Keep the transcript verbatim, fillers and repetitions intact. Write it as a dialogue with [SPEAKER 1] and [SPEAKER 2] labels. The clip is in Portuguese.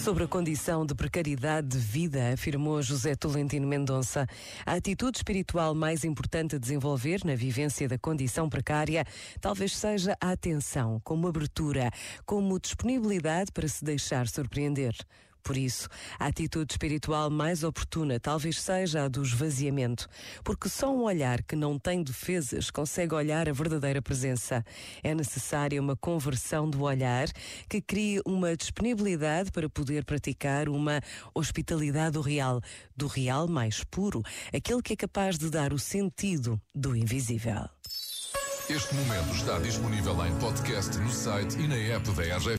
[SPEAKER 1] Sobre a condição de precariedade de vida, afirmou José Tolentino Mendonça, a atitude espiritual mais importante a desenvolver na vivência da condição precária talvez seja a atenção, como abertura, como disponibilidade para se deixar surpreender. Por isso, a atitude espiritual mais oportuna talvez seja a do esvaziamento, porque só um olhar que não tem defesas consegue olhar a verdadeira presença. É necessária uma conversão do olhar que crie uma disponibilidade para poder praticar uma hospitalidade do real, do real mais puro, aquele que é capaz de dar o sentido do invisível.
[SPEAKER 2] Este momento está disponível em podcast no site e na app da R G F.